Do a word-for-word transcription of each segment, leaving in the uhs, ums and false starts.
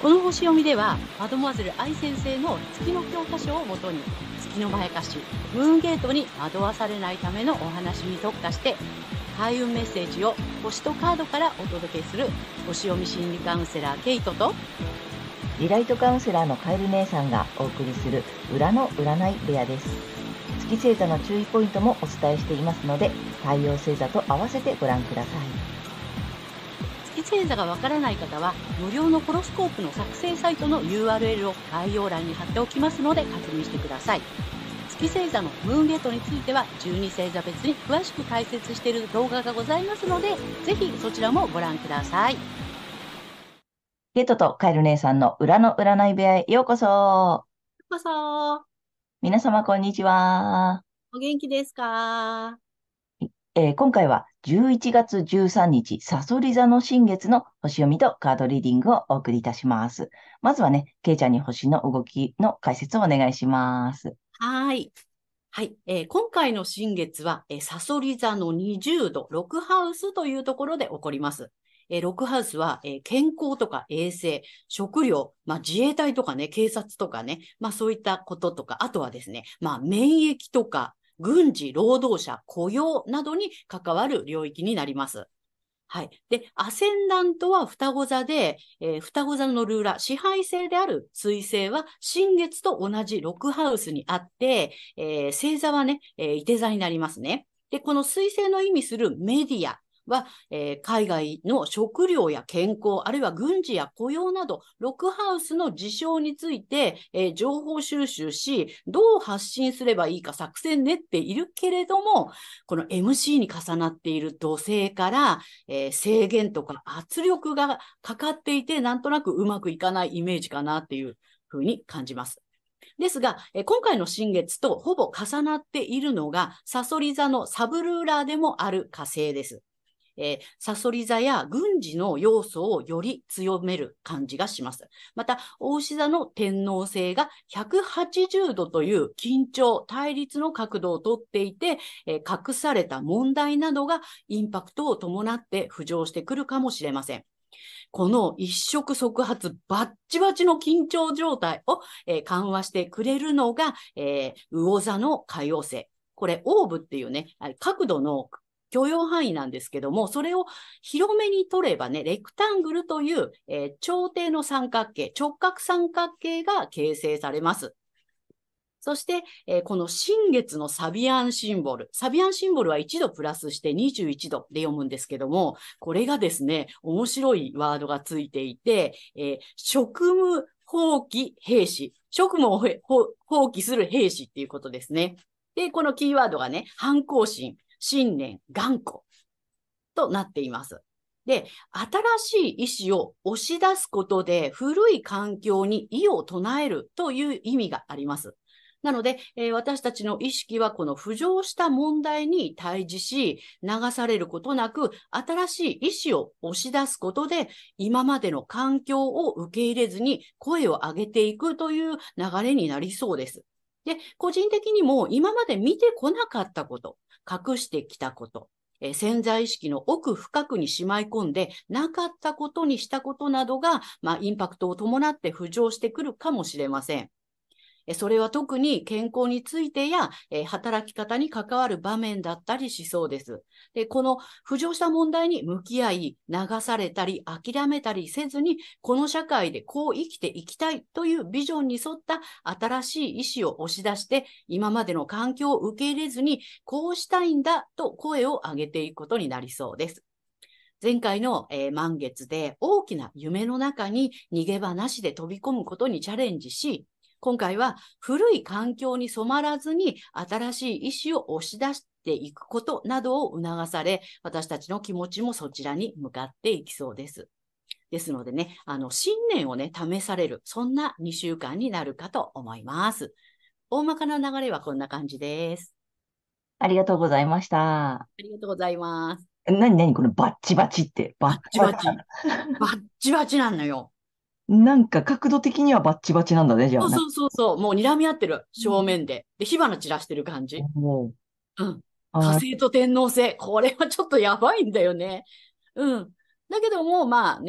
この星読みでは、マドモアゼル愛先生の月の教科書をもとに、月のまやかし、ムーンゲートに惑わされないためのお話に特化して、開運メッセージを星とカードからお届けする星読み心理カウンセラーケイトと、 リライトカウンセラーのカエル姉さんがお送りする裏の占い部屋です。月星座の注意ポイントもお伝えしていますので、太陽星座と合わせてご覧ください。 月星座がわからない方は、無料のホロスコープの作成サイトの ユーアールエル を概要欄に貼っておきますので確認してください。月星座のムーンゲートについてはじゅうに星座別に詳しく解説している動画がございますので、ぜひそちらもご覧ください。 ゲトとカエル姉さんの裏の占い部屋へようこそ。 どうぞ。 皆様こんにちは。 お元気ですか？ えー今回はじゅういちがつじゅうさんにち、さそり座の新月の星読みとカードリーディングをお送りいたします。まずはね、ケイちゃんに星の動きの解説をお願いします。 はい。はい、えー今回の新月は、えー、サソリ座のにじゅうど、ろくハウスというところで起こります。えー、ろくハウスは、えー健康とか衛生、食料、まあ、自衛隊とかね、警察とかね、まあそういったこととか、あとはですね、まあ免疫とか、軍事、労働者、雇用などに関わる領域になります。はい。で、アセンダントは双子座で、えー双子座のルーラー、支配星である水星は新月と同じろくハウスにあって、えー星座はね、えー、射手座になりますね。で、この水星の意味するメディアは、えー海外の食料や健康、あるいは軍事や雇用など、ろくハウスの事象について、えー情報収集し、どう発信すればいいか作戦練っているけれども、この エムシー に重なっている土星から、えー制限とか圧力がかかっていて、なんとなくうまくいかないイメージかなっていうふうに感じます。ですが、えー今回の新月とほぼ重なっているのが、サソリ座のサブルーラーでもある火星です。えー、サソリ座や軍事の要素をより強める感じがします。また、牡牛座の天王星がひゃくはちじゅうどという緊張、対立の角度をとっていて、えー隠された問題などがインパクトを伴って浮上してくるかもしれません。この一触即発、バッチバチの緊張状態を、えー緩和してくれるのが、えー魚座の海洋星。これ、オーブっていうね、角度の許容範囲なんですけども、それを広めに取ればね、レクタングルという、えー長底の三角形、直角三角形が形成されます。そして、えーこの新月のサビアンシンボル。サビアンシンボルはいちどプラスしてにじゅういちどで読むんですけども、これがですね、面白いワードがついていて、えー職務放棄兵士。職務をへほ放棄する兵士っていうことですね。で、このキーワードがね、反抗心、信念、頑固となっています。で、新しい意志を押し出すことで古い環境に異を唱えるという意味があります。なので、えー私たちの意識はこの浮上した問題に対峙し、流されることなく、新しい意志を押し出すことで、今までの環境を受け入れずに声を上げていくという流れになりそうです。で、個人的にも今まで見てこなかったこと、隠してきたこと、えー潜在意識の奥深くにしまい込んでなかったことにしたことなどが、まあ、インパクトを伴って浮上してくるかもしれません。それは特に健康についてや、えー働き方に関わる場面だったりしそうです。で、この浮上した問題に向き合い、流されたり諦めたりせずに、この社会でこう生きていきたいというビジョンに沿った新しい意思を押し出して、今までの環境を受け入れずに、こうしたいんだと声を上げていくことになりそうです。前回の、えー満月で大きな夢の中に逃げ場なしで飛び込むことにチャレンジし、今回は古い環境に染まらずに新しい意志を押し出していくことなどを促され、私たちの気持ちもそちらに向かっていきそうです。ですのでね、あの、信念をね、試される、そんなにしゅうかんになるかと思います。大まかな流れはこんな感じです。 ありがとうございました。 ありがとうございます。 えなになにこのバッチバチって。バッバッチバチ。バッチバチなのよ。 なんか角度的にはバッチバチなんだね、じゃあ。なんかそうそうそうそう。もう睨み合ってる。正面で。で、火花散らしてる感じ。 もう、 うん。火あー、 星と天王星。これはちょっとやばいんだよね。うん。だけども、まあね。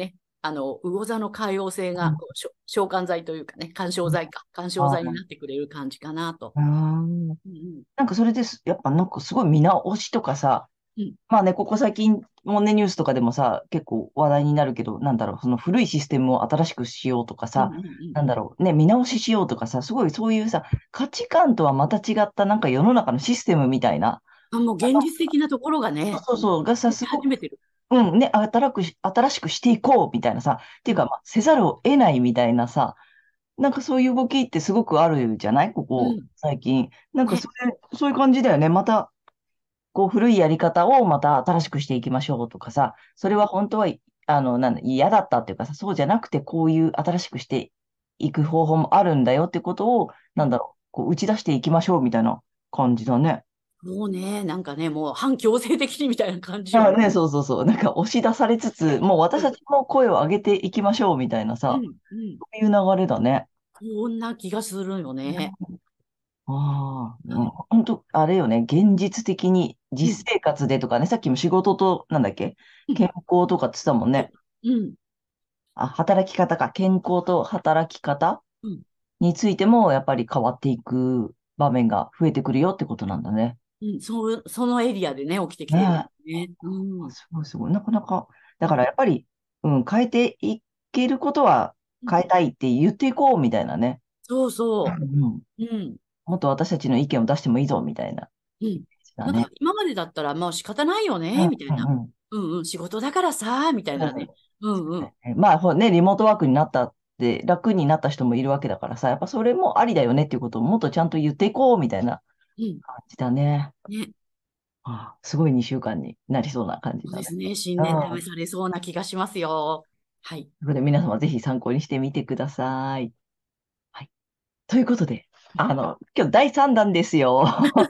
あの、魚座の海王星が、 うんこう、しょ召喚剤というかね、干渉剤か、干渉剤になってくれる感じかなと。 あー、 うんうん。 なんかそれです。やっぱなんかすごい見直しとかさ、 うん。 まあね、ここ最近もね、ニュースとかでもさ、結構話題になるけど、なんだろう、その古いシステムを新しくしようとかさ、 うんうんうんうん。 なんだろう、ね、見直ししようとかさ、すごいそういうさ、価値観とはまた違ったなんか世の中のシステムみたいな、 あ、もう現実的なところがね、 そうそう、がさ、 出すごく、 始めてる。 うんね、新くし、新しくしていこうみたいなさ、っていうか、 うん。 まあ、せざるを得ないみたいなさ、なんかそういう動きってすごくあるじゃないここ、 うん。 最近。なんかね。 それ、そういう感じだよね。また、こう古いやり方をまた新しくしていきましょうとかさ、それは本当は、あの、なんだ、嫌だったっていうかさ、そうじゃなくて、こういう新しくしていく方法もあるんだよってことを、なんだろう、こう打ち出していきましょうみたいな感じだね。 もうね、なんかね、もう反強制的にみたいな感じよね。 あね、そうそうそう。なんか押し出されつつ、もう私たちも声を上げていきましょうみたいなさ、 うん、うん。 そういう流れだね。 こんな気がするよね。 ああ、うん、 はい。 本当、あれよね、現実的にうん、 実生活でとかね、さっきも仕事と、なんだっけ、 うん。 健康とかって言ってたもんそう。 ね。 うん、 あ、働き方か、健康と働き方うん、 についても、やっぱり変わっていく場面が増えてくるよってことなんだね。 うん。そう、そのエリアでね、起きてきてるねね。うえ、 ん。 すごいすごい。なかなか、だかうん、 らやっぱり、うん、変えていけることはうん。 変えたいって言っていこうみたいなね。 そうそうん、 う。うん、 もっと私たちの意見を出してもいいぞみたいな。 うん。なんか、 だね。 今までだったら、もう仕方ないよね、 うんみたいな。 うんうん。 うんうん、仕事だからさ、みたいなね。うんうん。 まあ、ほね、リモートワークになったって楽になった人もいるわけだからさ、やっぱそれもありだよねっていうことをもっとちゃんと言っていこうみたいなうん。 感じだね。 ね。 ああ、すごいにしゅうかんになりそうな感じだね。 そうですね。新年試うん。といされそうな気がしますよ。はい。 うことで皆様ぜひ参考にしてみてください。はい。ということで、あの、今日だいさんだんですよ。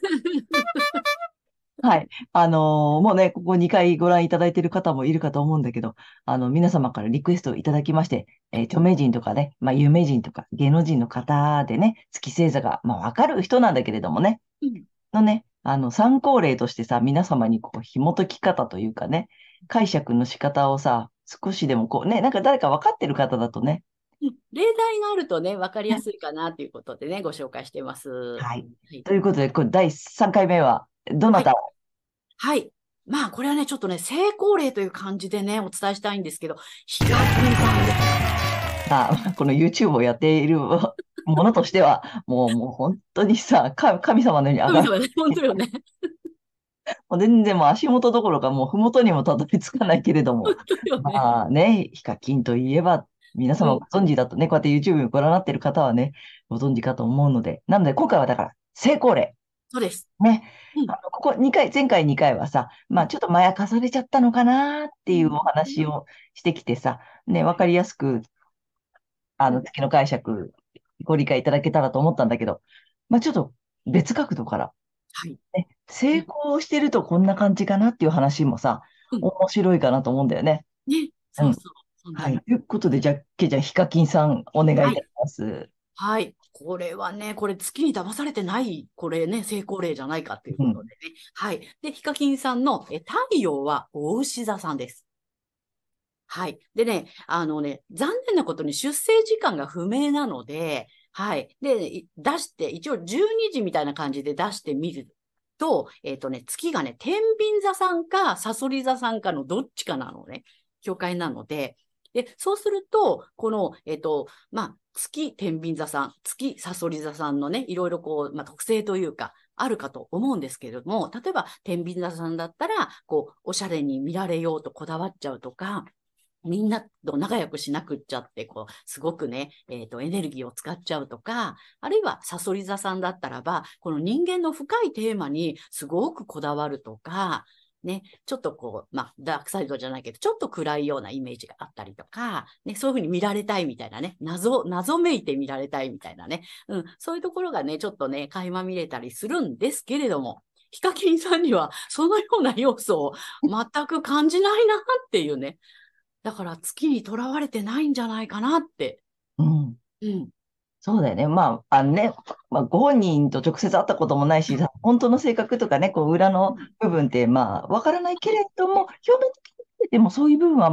はい。あのーもうね、ここにかいご覧いただいている方もいるかと思うんだけど、あの、皆様からリクエストをいただきまして、えー著名人とかね、まあ、有名人とか芸能人の方でね、月星座が、まあ、わかる人なんだけれどもね、 うん。 のね、あの、参考例としてさ、皆様にこう、紐解き方というかね、解釈の仕方をさ、少しでもこうね、なんか誰か分かってる方だとね、 うん。例題があるとね、わかりやすいかなということでね、ご紹介してます。ははい。 い。 ということで、これだいさんかいめは、どなはい。 たを？ はい。まあ、これはね、ちょっとね、成功例という感じでね、お伝えしたいんですけど、ヒカキンさんです。 あ、この YouTube をやっているものとしては、もう、もう本当にさ、か神様のように上がる。 神様ね、本当よね。 もう全然もう足元どころか、もう麓にもたどり着かないけれども、 本当よね。 まあね、ヒカキンといえば、皆様ごうん。 存知だとね、こうやって YouTube をご覧になっている方はね、ご存知かと思うので、なので今回はだから、成功例。 そうです。 ね。 うん。 あの、ここにかい、前回にかいはさ、 うん。 まあちょっとまやかされちゃったのかなってうん。 いうお話をしてきてさ、ね、わかりやすく、あの、 うん。 月の解釈、ご理解いただけたらと思ったんだけど、まあちょっと別角度から、 はい。 ね、成うん。 功してるとこんな感じかなっていう話もさ、 うん。 面白いかなと思うんだよね。 ね。 うん。 そうそう。そんなの。 はい。ということで、じゃあ、けいちゃん、ヒカキンさん、お願いはい。 いたします。 はい。これはね、これ月に騙されてない、これね、成功例じゃないかといううん。 ことでね。はい。で、ヒカキンさんのえ太陽はお牛座さんです。はい。でね、あのね、残念なことに出生時間が不明なので、はい。で、い出して、一応じゅうにじみたいな感じで出してみると、えっとね、月がね、天秤座さんか、サソリ座さんかのどっちかなのね、境界なので、で、そうすると、この、えっと、まあ、月天秤座さん、月サソリ座さんのね、いろいろこう、まあ、特性というか、あるかと思うんですけれども、例えば、天秤座さんだったら、こう、おしゃれに見られようとこだわっちゃうとか、みんなと仲良くしなくっちゃって、こう、すごくね、えっと、エネルギーを使っちゃうとか、あるいは、サソリ座さんだったらば、この人間の深いテーマにすごくこだわるとか、ね、ちょっとこう、まあ、ダークサイドじゃないけど、ちょっと暗いようなイメージがあったりとか、ね、そういうふうに見られたいみたいなね、謎、謎めいて見られたいみたいなね、うん、そういうところがね、ちょっとね、垣間見れたりするんですけれども、ヒカキンさんにはそのような要素を全く感じないなっていうね、だから月にとらわれてないんじゃないかなって。 うん。 うん。 そうだよね。まあ、あのね、まあ、ご本人と直接会ったこともないし、本当の性格とかね、こう、裏のうん。 部分って、まあ、わからないけね。 れども、表面的に見ててもそういう部分は、まあ、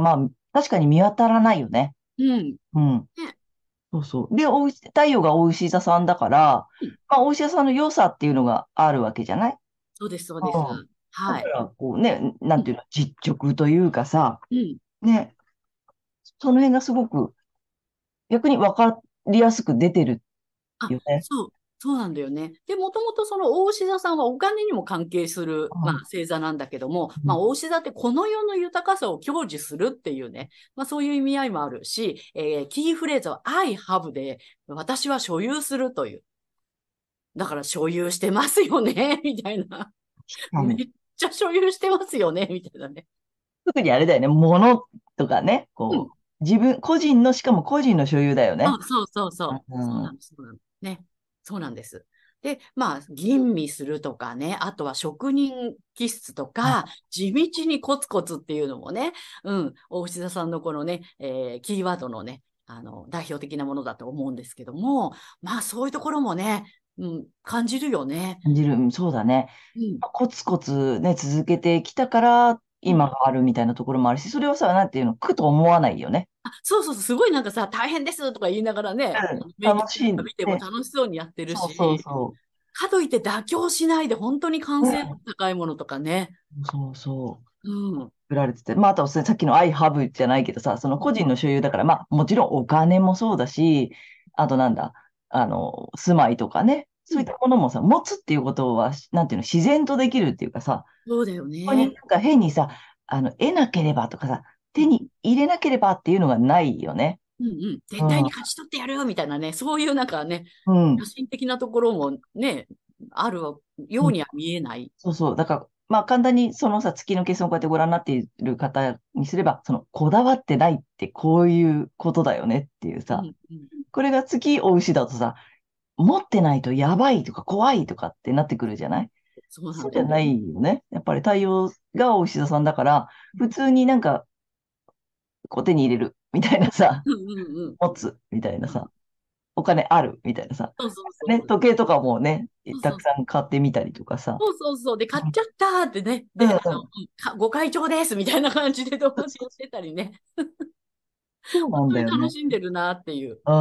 確かに見当たらないよね。 うん。 うん。 ね。 そうそう。で、おうし太陽がお牛座さんだから、 うん。 まあ、お牛座さんの良さっていうのがあるわけじゃない。 そうです、そうです。 うん。だはい。 から、こうね、なうん。 んていうの、実直というかさ、 うん。 ね、その辺がすごく逆に分かりやすく出てるあ、 よね。 そう、そうなんだよね。で、もともとその大志座さんはお金にも関係する、まあ、 うん。 星座なんだけども、まあ、 うん。 大志座ってこの世の豊かさを享受するっていうね、まあ、そういう意味合いもあるし、えーキーフレーズは I have で、私は所有するという。だから所有してますよね、みたいな。めっ確かに。 ちゃ所有してますよね、みたいなね。 特にあれだよね、物とかね、 うん。 こう、自分、個人の、しかも個人の所有だよね。 あ、そうそうそう。 うん。 そうなんです。そうなんです。ね。そうなんです。で、まあ、吟味するとかね、あとは職人気質とか、地道にコツコツっていうのもね、うん、大石田さんのこのね、えーキーワードのね、あの、代表的なものだと思うんですけども、まあ、そういうところもね、うん、感じるよね。 感じる。うん、そうだね。 うん、 コツコツね、続けてきたから、 うん。 今があるみたいなところもあるし、それをさ、なんていうの、苦と思わないよね。 あ、そうそうそう、すごいなんかさ、大変ですとか言いながらね、 うん。 メニュ楽しい。 ー見てもね。 楽しそうにやってるそうそうし、 そかといって妥協しないで本当に完う。 成度ね。 高いものとかね。 そうそう。 うん。 作られてて。まあ、あとはさっきの I have じゃないけどさ、その個人の所有だから、まあ、もちろんお金もそうだし、あとなんだ、あの、住まいとかね、 うん。 そういったものもさ、持つっていうことは、なんていうの、自然とできるっていうかさ、 そうだよここにね。 なんか変にさ、あの、得なければとかさ、 うん手に入れなければっていうのがないよね。 うんうん。絶対にうん。 勝ち取ってやるみたいなね、そういうなんかね、 うん。 野心的なところもね、あるようん。 うには見えない。 そうそう。だから、まあ、簡単にそのさ、月の計算をこうやってご覧になっている方にすれば、その、こだわってないってこういうことだよねっていうさ、 うんうん。 これが月お牛だとさ、持ってないとやばいとか怖いとかってなってくるじゃない。 そうなんだよね。 そうじゃないよね。やっぱり太陽がお牛座さんだから、普通になんか、こう手に入れるみたいなさ、 うんうんうん。 持つみたいなうん。 さ、お金あるみたいなさ、 そうそうそうね、 そう。 時計とかもね、 そうそうたくさん買ってみたりとかさ。 そうそうそう。で、買っちゃったーってね。 うん、 で、あの、 うん、 うんかご会長ですみたいな感じで友達やってたりね。 そうな本当にんだよね。 楽しんでるなっていう。 うん。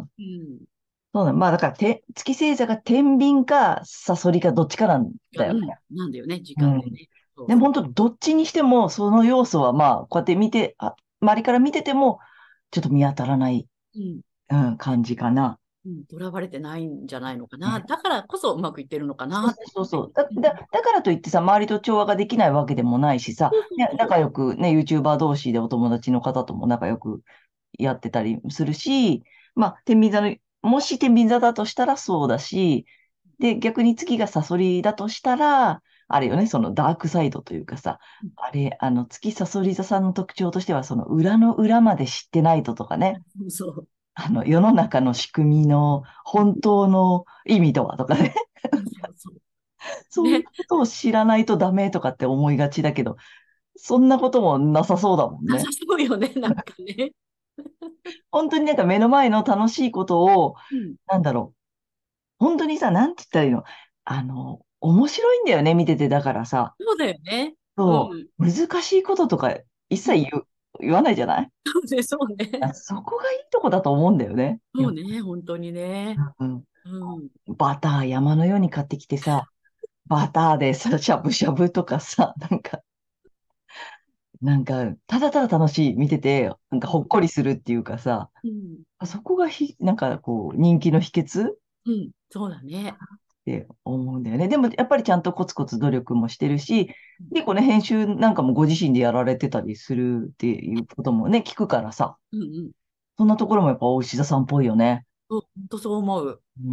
うん。 そうなの。まあだから、て、月星座が天秤かサソリかどっちかなんだよね。 うん。なんだよね、時うん。 間でね。そうそう。 でも本当、どっちにしても、その要素はまあ、こうやって見て、あ、周りから見てても、ちょっと見当たらない、 うん。 うん、感じかな。 うん、囚われてないんじゃないのかな。 ね。 だからこそうまくいってるのかそうなってそうそう。 いうね。 だ、だ、 うん、 だからといってさ、周りと調和ができないわけでもないしさ、 そうそうね、 そう。 仲良くね、YouTuber 同士でお友達の方とも仲良くやってたりするし、まあ、天秤座の、もし天秤座だとしたらそうだし、で、逆に月がサソリだとしたら、あれよね、そのダークサイドというかさ、あれ、あの、月サソリ座さんの特徴としては、その裏の裏まで知ってないととかね、 そうそう。 あの、世の中の仕組みの本当の意味とはとかね、 そうそう。 そういうね。 ことを知らないとダメとかって思いがちだけど、そんなこともなさそうだもんなさね。 そうよね、なんかね。 本当になんか目の前の楽しいことを、 うん。 なんだろう、本当にさ、なんて言ったらいいの、あの、面白いんだよね、見てて。だからさ、 そうだよね。うそん。 う、難しいこととか一うん。 切言う、言わないじゃない。 そうね、そうね。 あ、そこがいいとこだと思うんだよね。よ、 そうね、本当にね。 うん、 うん。 バター山のように買ってきてさ、バターでさ、しゃぶしゃぶとかさ、なんか、なんか、ただただ楽しい、見てて、なんかほっこりするっていうかさ、 うん。 そこがひ、なんかこう、人気の秘訣っうん。そうだね。 て思うんだよね。でも、やっぱりちゃんとコツコツ努力もしてるし、結構ね、編集なんかもご自身でやられてたりするっていうこともね、聞くからさ、 うんうん。 そんなところもやっぱお牛座さんっぽいよね。 そう、本当そう思う。 うん。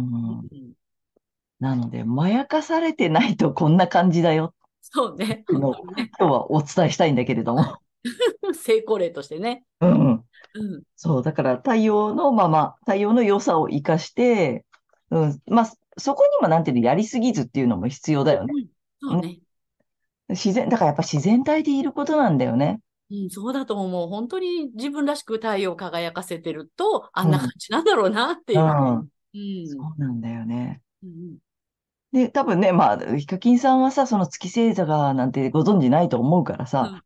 うん。 なので、まやかされてないとこんな感じだよそうね、 っていうのを本当にね。 今日はお伝えしたいんだけれども。 成功例としてね。 うん。 うん。 そう、だから太陽のまま、太陽の良さを生かして、うん、まあ、そこにもなんていうの、やりすぎずっていうのも必要だよね。 うん。そうね。 ね。 自然、だからやっぱ自然体でいることなんだよね。 うん、そうだと思う。本当に自分らしく太陽を輝かせてると、あんな感うん。 じなんだろうなってういう。 ん。 うん。 そうなんだよね。 うん。 で、多分ね、まあ、ヒカキンさんはさ、その月星座がなんてご存知ないと思うからさ、 うん。うん。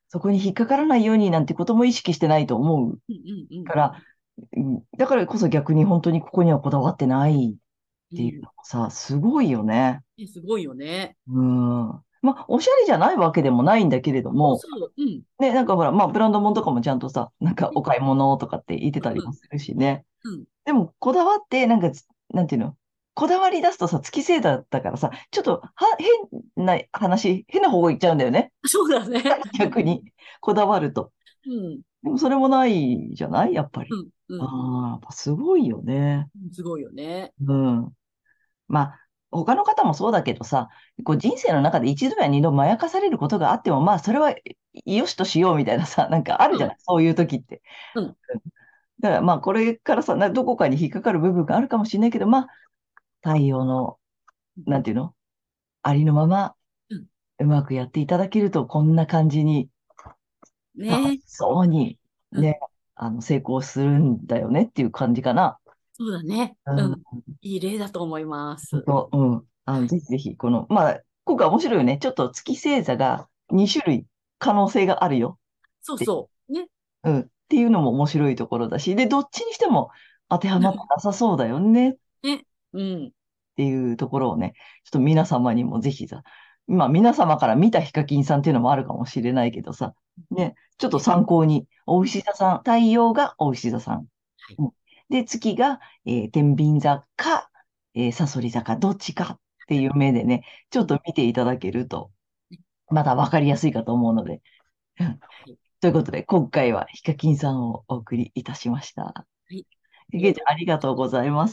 そこに引っかからないようになんてことも意識してないと思ううんうんうん。 から、うん、だからこそ逆に本当にここにはこだわってないっていううん。 のもさ、すごいよね。 えすごいよね。 うん。まあ、おしゃれじゃないわけでもないんだけれども、 そうそう。うん。 ね、なんかほら、まあ、ブランド物とかもちゃんとさ、なんかうんお買い物とかって言ってたりうんもするしね。 うん。 でも、こだわって、なんかつ、なんていうの、こだわり出すとさ、月星座だったからさ、ちょっと、は、変な話、変な方向行っちゃうんだよね。 そうだね。 逆に、こだわると。 うん。 でも、それもないじゃないやっぱり。 うん。うん。 ああ、やっぱすごいよね。 うんすごいよね。 うん。まあ、他の方もそうだけどさ、こう人生の中で一度や二度まやかされることがあっても、まあ、それはよしとしようみたいなさ、なんかあるじゃない、 うん。 そういう時って。 うん。 だからまあ、これからさ、などこかに引っかかる部分があるかもしれないけど、まあ、太陽の、なんていうの、ありのまま、 うんうまくやっていただけると、こんな感じに、楽しね。 そうに、 うん。 ね、あの、成功するんだよねっていう感じかな。 そうだね。 うん、 うん。いい例だと思います。 本当、うん。あの、 はい。 ぜひぜひ、この、まあ、今回面白いよね。ちょっと月星座がに種類可能性があるよって、 そうそう。ね。 うん、っていうのも面白いところだし、で、どっちにしても当てはまってなさそうだよねっね。うん。 ていうところをね、ちょっと皆様にもぜひさ、まあ皆様から見たヒカキンさんっていうのもあるかもしれないけどさ、ね、ちょっとね。 参考に、おうん。 牛座さん、太陽がお牛座さん。 はい。 うんで、月が、えー天秤座か、えー、さそり座か、どっちかっていう目でね、ちょうん。 っと見ていただけると、 ねまだわかりやすいかと思うので。うんはい。 ということで、今回はヒカキンさんをお送りいたしました。 はい。ありげいちゃん、 がとう。 ありがとうございます。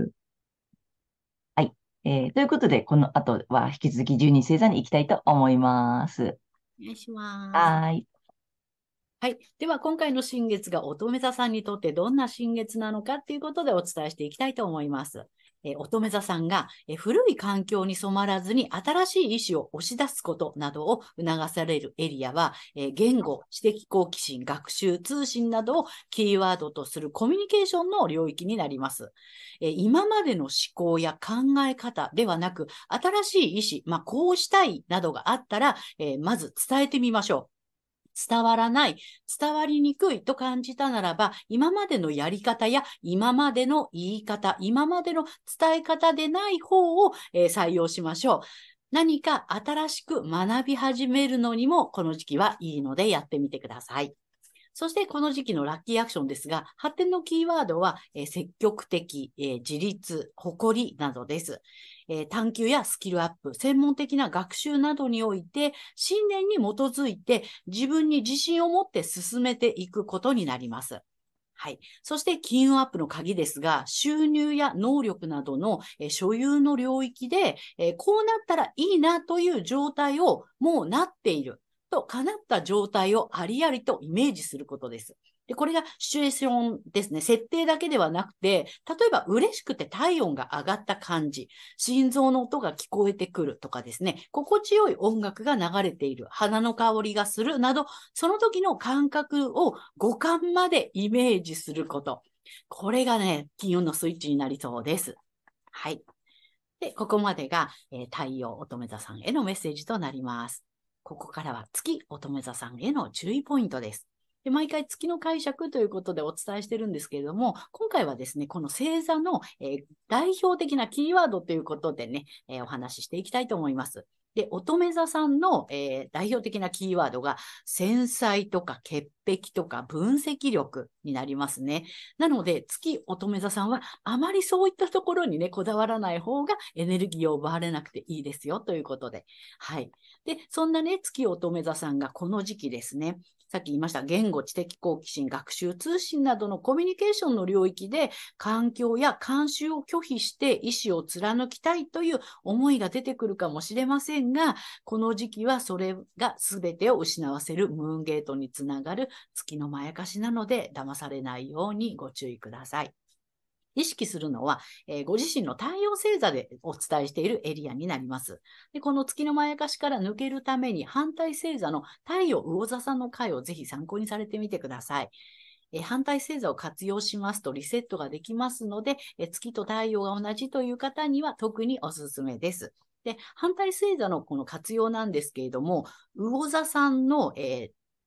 はい。えーということで、この後は引き続きじゅうに星座に行きたいと思います。 お願いします。 はーい。 はい。では、今回の新月が乙女座さんにとってどんな新月なのかということでお伝えしていきたいと思います。えー乙女座さんが、えー古い環境に染まらずに新しい意思を押し出すことなどを促されるエリアは、えー言語、知的好奇心、学習、通信などをキーワードとするコミュニケーションの領域になります。えー今までの思考や考え方ではなく、新しい意思、まあ、こうしたいなどがあったら、えーまず伝えてみましょう。伝わらない、伝わりにくいと感じたならば、今までのやり方や今までの言い方、今までの伝え方でない方を、えー採用しましょう。何か新しく学び始めるのにもこの時期はいいのでやってみてください。そしてこの時期のラッキーアクションですが、発展のキーワードは、えー積極的、えー自立、誇りなどです、えー探求やスキルアップ、専門的な学習などにおいて、信念に基づいて自分に自信を持って進めていくことになります。はい。そして金運アップの鍵ですが、収入や能力などの、えー所有の領域で、えーこうなったらいいなという状態をもうなっている。と叶った状態をありありとイメージすることです。で、これがシチュエーションですね。設定だけではなくて、例えば嬉しくて体温が上がった感じ、心臓の音が聞こえてくるとかですね、心地よい音楽が流れている、花の香りがするなど、その時の感覚を五感までイメージすること。これがね、金運のスイッチになりそうです。はい。で、ここまでが、えー太陽乙女座さんへのメッセージとなります。ここからは月乙女座さんへの注意ポイントです。で毎回月の解釈ということでお伝えしてるんですけれども、今回はですね、この星座の、えー代表的なキーワードということでね、えーお話ししていきたいと思います。で、乙女座さんの、えー代表的なキーワードが、繊細とか潔癖とか分析力になりますね。なので、月乙女座さんは、あまりそういったところにね、こだわらない方がエネルギーを奪われなくていいですよということで。はい。で、そんなね、月乙女座さんがこの時期ですね、さっき言いました言語、知的好奇心、学習、通信などのコミュニケーションの領域で環境や慣習を拒否して意思を貫きたいという思いが出てくるかもしれませんが、この時期はそれが全てを失わせるムーンゲートにつながる月のまやかしなので騙されないようにご注意ください。意識するのは、えーご自身の太陽星座でお伝えしているエリアになります。でこの月のまやかしから抜けるために反対星座の太陽魚座さんの回をぜひ参考にされてみてください。えー反対星座を活用しますとリセットができますので、えー月と太陽が同じという方には特におすすめです。で反対星座のこの活用なんですけれども、魚座さんの、えー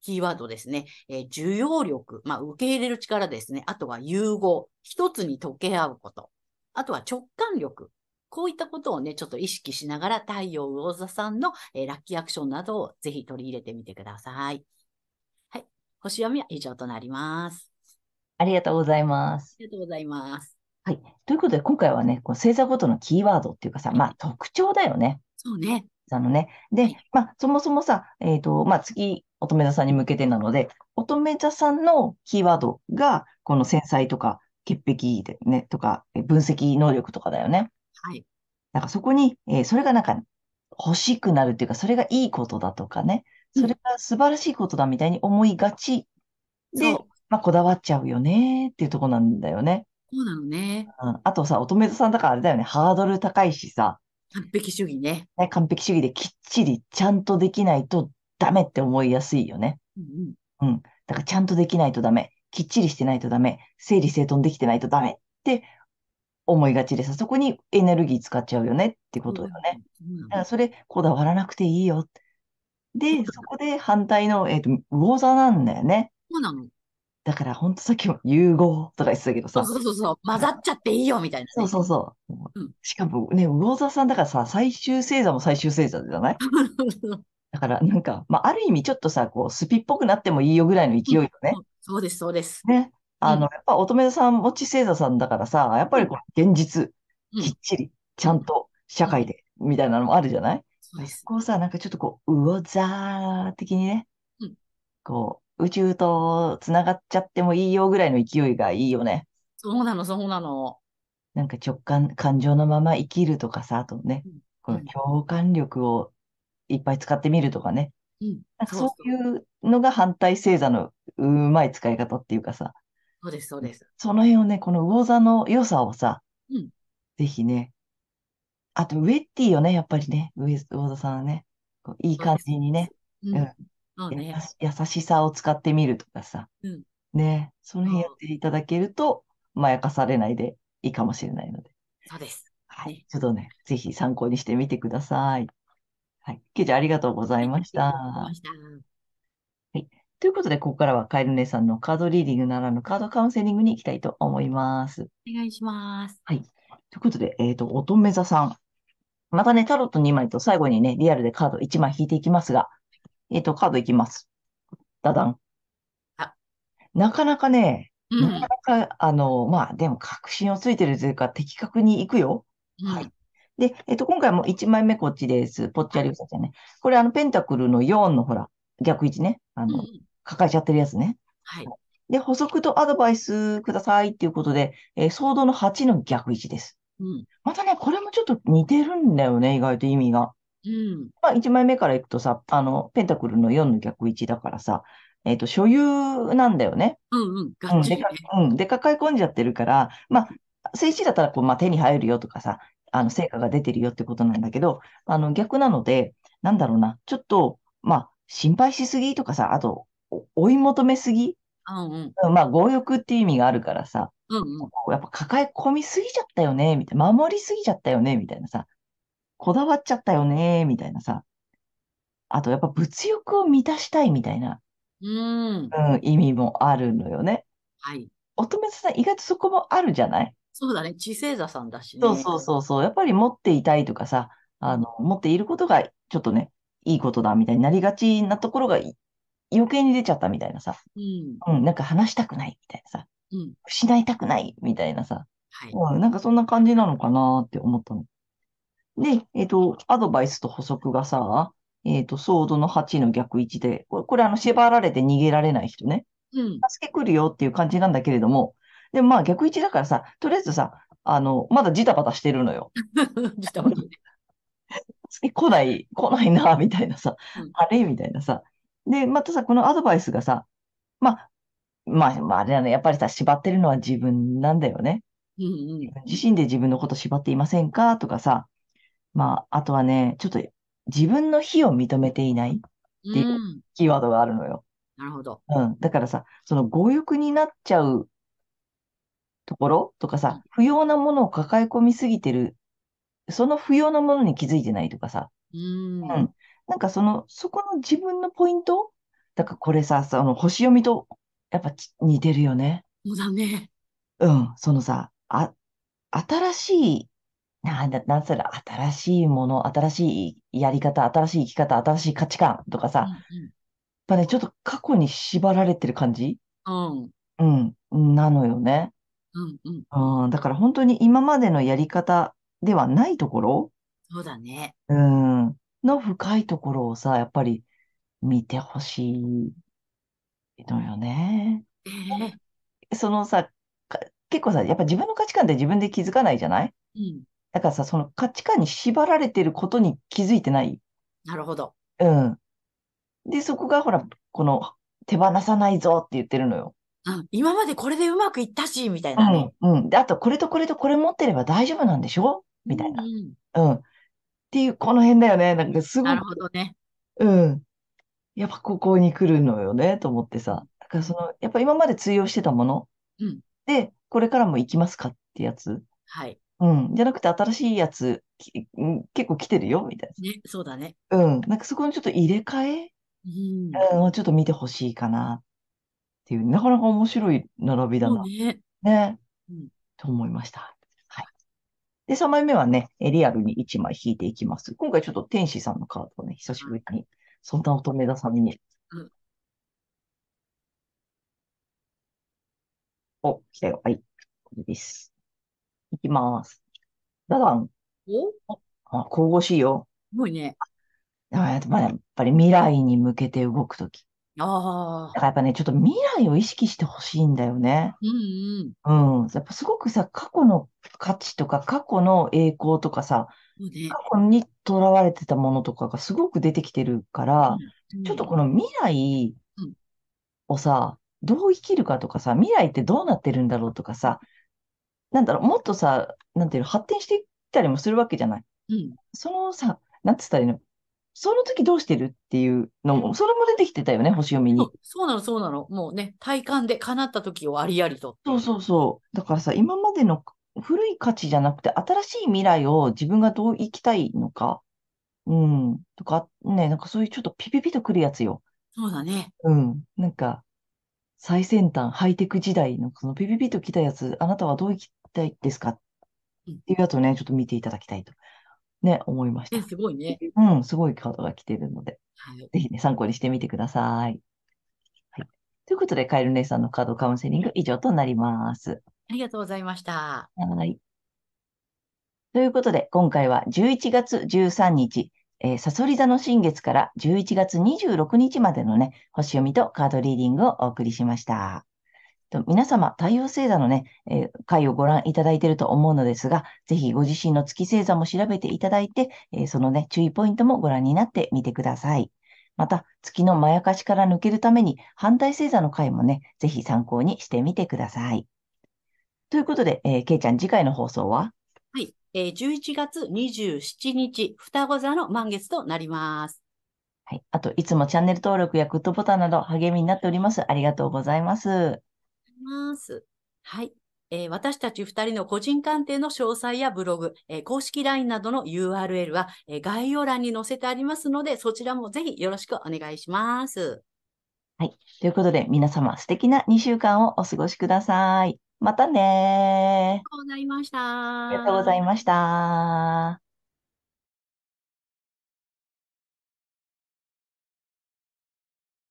キーワードですね。えー受容力、まあ、受け入れる力ですね。あとは融合、一つに溶け合うこと。あとは直感力。こういったことをね、ちょっと意識しながら太陽魚座さんの、えーラッキーアクションなどをぜひ取り入れてみてください。はい。星読みは以上となります。 ありがとうございます。 ありがとうございます。 はい。ということで、今回はね、こう星座ごとのキーワードっていうかさ、 はい。 まあ特徴だよね。 そうね。 あのね。で、 はい。 まあそもそもさ、えっと、まあ次、乙女座さんに向けてなので、乙女座さんのキーワードが、この繊細とか、潔癖でね、とか、え分析能力とかだよね。 はい。 なんかそこに、えーそれがなんか欲しくなるっていうか、それがいいことだとかね、 うん。 それが素晴らしいことだみたいに思いがちで、 そう。 まあこだわっちゃうよねっていうところなんだよね。 そうなのね。 うん、あとさ、乙女座さんだからあれだよね、ハードル高いしさ、 完璧主義ね。 ね、完璧主義できっちりちゃんとできないとダメって思いやすいよね。 うんうん。 うん。だからちゃんとできないとダメ。きっちりしてないとダメ。整理整頓できてないとダメって思いがちでさ、そこにエネルギー使っちゃうよねってこうんうん。 とだよね。 そうなの。 だからそれこだわらなくていいよ。で、 そうなの。 そこで反対の、えっと、魚座なんだよね。 そうなの。 だからほんとさっきも融合とか言ってたけどそうさ、 そうそうそう。混ざっちゃっていいよ、みたいなね。 そうそうそう。 うん。 しかもね、魚座さんだからさ、最終星座も最終星座じゃない？だからなんか、まあ、ある意味ちょっとさ、こう、スピっぽくなってもいいよぐらいの勢いうん。 よね。 そうそうです、そうです。 ね。あの、 うん。 やっぱ乙女座さん、持ち星座さんだからさ、やっぱうん。 りこう、現実、 うん。 きっちり、ちうん。 ゃんと、社うん。 会で、みたいなのもあるじゃない？ そうです。 そこをさ、なんかちょっとこう、魚座的にね、 うん。 こう、宇宙と繋がっちゃってもいいよぐらいの勢いがいいよね。 そうなの、そうなの。 なんか直感、感情のまま生きるとかさ、あとね、 うん。 このうん。 共感力をいっぱい使ってみるとかね。 うん。 なんかそうそう。 そういうのが反対星座のうまい使い方っていうかさ、 そうです、そうです。 その辺をね、この魚座の良さをさ、 うん。 ぜひね、あとウェッティよね、やっぱりね、ウエ魚座さんはね、こういい感そうです、そうじにね、 です。ううん、 ん。そう優ね。 し、優しさを使ってみるとかさ、 うん。 ね、その辺やっそう。 ていただけると、まやかされないでいいかもしれないので、 そうです。 はい。 ね。 ちょっとね、ぜひ参考にしてみてください。はい。ケイちゃんありがとうござはい。 いましありがとうございた。 ました。 はい。ということで、ここからはカエル姉さんのカードリーディングならぬカードカウンセリングに行きたいと思います。 お願いします。 はい。ということで、えっと、乙女座さん。またね、タロットにまいと最後にね、リアルでカードいちまい引いていきますが、えっと、カードいきます。ダダン。 あ、 なかなかね、なかうん。 なか、あの、まあ、でも確信をついてるというか、的確に行くよ。はい。 うん。 で、えっと、今回もいちまいめこっちです。ぽっちゃりうさちゃんね。これ、あの、ペンタクルのよんのほら、逆位置ね。あの、 うんうん。 抱えちゃってるやつね。 はい。 で、補足とアドバイスくださいっていうことで、えーソードのはちの逆位置です。 うん。 またね、これもちょっと似てるんだよね、意外と意味が。 うん。 まあ、いちまいめからいくとさ、あの、ペンタクルのよんの逆位置だからさ、えっと、所有なんだよね。 うんうん。がうん、でか、 っちりね。 うん、で、抱え込んじゃってるから、まあ、正位だったらこう、まあ、手に入るよとかさ、あの、成果が出てるよってことなんだけど、あの、逆なので、なんだろうな、ちょっと、まあ、心配しすぎとかさ、あと、お追い求めすぎ、 うんうん。 うんまあ、強欲っていう意味があるからさ、 うんうん。 やっぱ抱え込みすぎちゃったよね、みたいな、守りすぎちゃったよね、みたいなさ、こだわっちゃったよね、みたいなさ、あとやっぱ物欲を満たしたいみたいな、 うん。 うん、意味もあるのよね。 はい。 乙女座さん意外とそこもあるじゃない？ そうだね。知星座さんだしね。 そうそうそうそう。やっぱり持っていたいとかさ、 うん。 あの、持っていることがちょっとね、いいことだみたいになりがちなところがい余計に出ちゃったみたいなさ、 うん。 うん、なんか話したくないみたいなさ、 うん。 失いたくないみたいなさ、 はい。 うん、なんかそんな感じなのかなって思ったの。で、えっと、アドバイスと補足がさ、えっと、ソードのはちの逆位置で、これ、これあの、縛られて逃げられない人ね。 うん。 助け来るよっていう感じなんだけれども、でもまあ逆位置だからさ、とりあえずさ、あの、まだジタバタしてるのよ。 ジタバタね。 助け来ない、来ないな、みたいなさ、 うん。 あれみたいなさ。で、またさ、このアドバイスがさ、まあ、まあ、まあ、あれだね、やっぱりさ、縛ってるのは自分なんだよね。 うんうん。 自身で自分のこと縛っていませんかとかさ、まあ、あとはね、ちょっと自分の非を認めていないっていううん。 キーワードがあるのよ。 なるほど。 うん。だからさ、その強欲になっちゃうところとかさ、 うん。 不要なものを抱え込みすぎてる、その不要なものに気づいてないとかさ、 うん。 うん。なんかその、そこの自分のポイント、 だからこれさ、その星読みとやっぱち似てるよね。 そうだね。 うん。そのさ、あ、新しい、なんだ、なんつったら、新しいもの、新しいやり方、新しい生き方、新しい価値観とかさ、やっうん、 ぱね、ちょっと過去に縛られてる感じうん、うん、 うん、なのよね。 うん、うん。 うん、だから本当に今までのやり方ではないところ、 そうだね。 うん、の深いところをさ、やっぱり見てほしいのよね。 ええ、 そのさ、か結構さ、やっぱ自分の価値観って自分で気づかないじゃない。 うん。 だからさ、その価値観に縛られてることに気づいてない。 なるほど。 うん。で、そこがほら、この手放さないぞって言ってるのよ。 うん。今までこれでうまくいったし、みたいなね。 うん、うん。で、あと、これとこれとこれ持ってれば大丈夫なんでしょうん、 みたいな。 うん。 うん。っていう、この辺だよね。なんかすなるごく、 ほどね。 うん。やっぱここに来るのよね、と思ってうん、 さ。だからその、やっぱ今まで通用してたものうん。 で、これからも行きますかってやつ。 はい。 うん。じゃなくて新しいやつ、きうん結構来てるよ、みたいね、そうだね。 な。うん。なんかそこにちょっと入れ替え、 うん。 うん、ちょっと見てほしいかなっていう、なかなか面白い並びだな。 そうね。 ね。 うん。 と思いました。はい。で、さんまいめはね、えリアルにいちまい引いていきます。今回ちょっと天使さんのカードをね、久しぶりに、そんな乙女座さんに、 うん。 お、来たよ。はい。これです。いきます。ダダン。 お、すあ、神々しいよ。 ごいね。 あ、やっぱり、やっぱり未来に向けて動くとき。 ああ。 だからやっぱね、ちょっと未来を意識してほしいんだよね。 うん、うん。 うん。やっぱすごくさ、過去の価値とか、過去の栄光とかさ、 そうね。 過去にとらわれてたものとかがすごく出てきてるから、 うん、うん。 ちょっとこの未来うん、 をさ、どう生きるかとかさ、未来ってどうなってるんだろうとかさ、なんだろう、もっとさ、なんていうの、発展していったりもするわけじゃない。 うん。 そのさ、なんつったらいいの、その時どうしてるっていうのも、それも出てきてたよね、星読みに。 そう、そうなの、そうなの。もうね、体感で叶った時をありありとっていう。 そうそうそう。だからさ、今までの古い価値じゃなくて、新しい未来を自分がどう生きたいのか、うん、とか、ね、なんかそういうちょっとピピピとくるやつよ。 そうだね。 うん。なんか、最先端、ハイテク時代のそのピピピと来たやつ、あなたはどう生きたいですかっうん。 ていうやつをね、ちょっと見ていただきたいと、ね、思いましえ、 た。 すごいね。 うん、すごいカードが来てるので、 はい。 ぜひね、参考にしてみてください。はい。ということで、カエル姉さんのカードカウンセリング以上となります。 ありがとうございました。 はい。ということで、今回はじゅういちがつじゅうさんにち、えー、さそり座の新月からじゅういちがつにじゅうろくにちまでのね、星読みとカードリーディングをお送りしました。と皆様、太陽星座のね、えー回をご覧いただいていると思うのですが、ぜひご自身の月星座も調べていただいて、えーそのね、注意ポイントもご覧になってみてください。また、月のまやかしから抜けるために、反対星座の回もね、ぜひ参考にしてみてください。ということで、えー、けいちゃん、次回の放送は？ はい。えー、じゅういちがつにじゅうしちにち、双子座の満月となります。 はい。あと、いつもチャンネル登録やグッドボタンなど励みになっております。ありがとうございます。 ます。はい。えー私たちふたりの個人鑑定の詳細やブログ、えー公式 ライン などの ユーアールエル は、えー概要欄に載せてありますので、そちらもぜひよろしくお願いします。 はい。ということで、皆様、素敵なにしゅうかんをお過ごしください。またねー。 ありがとうございましありがとうございた。 ました。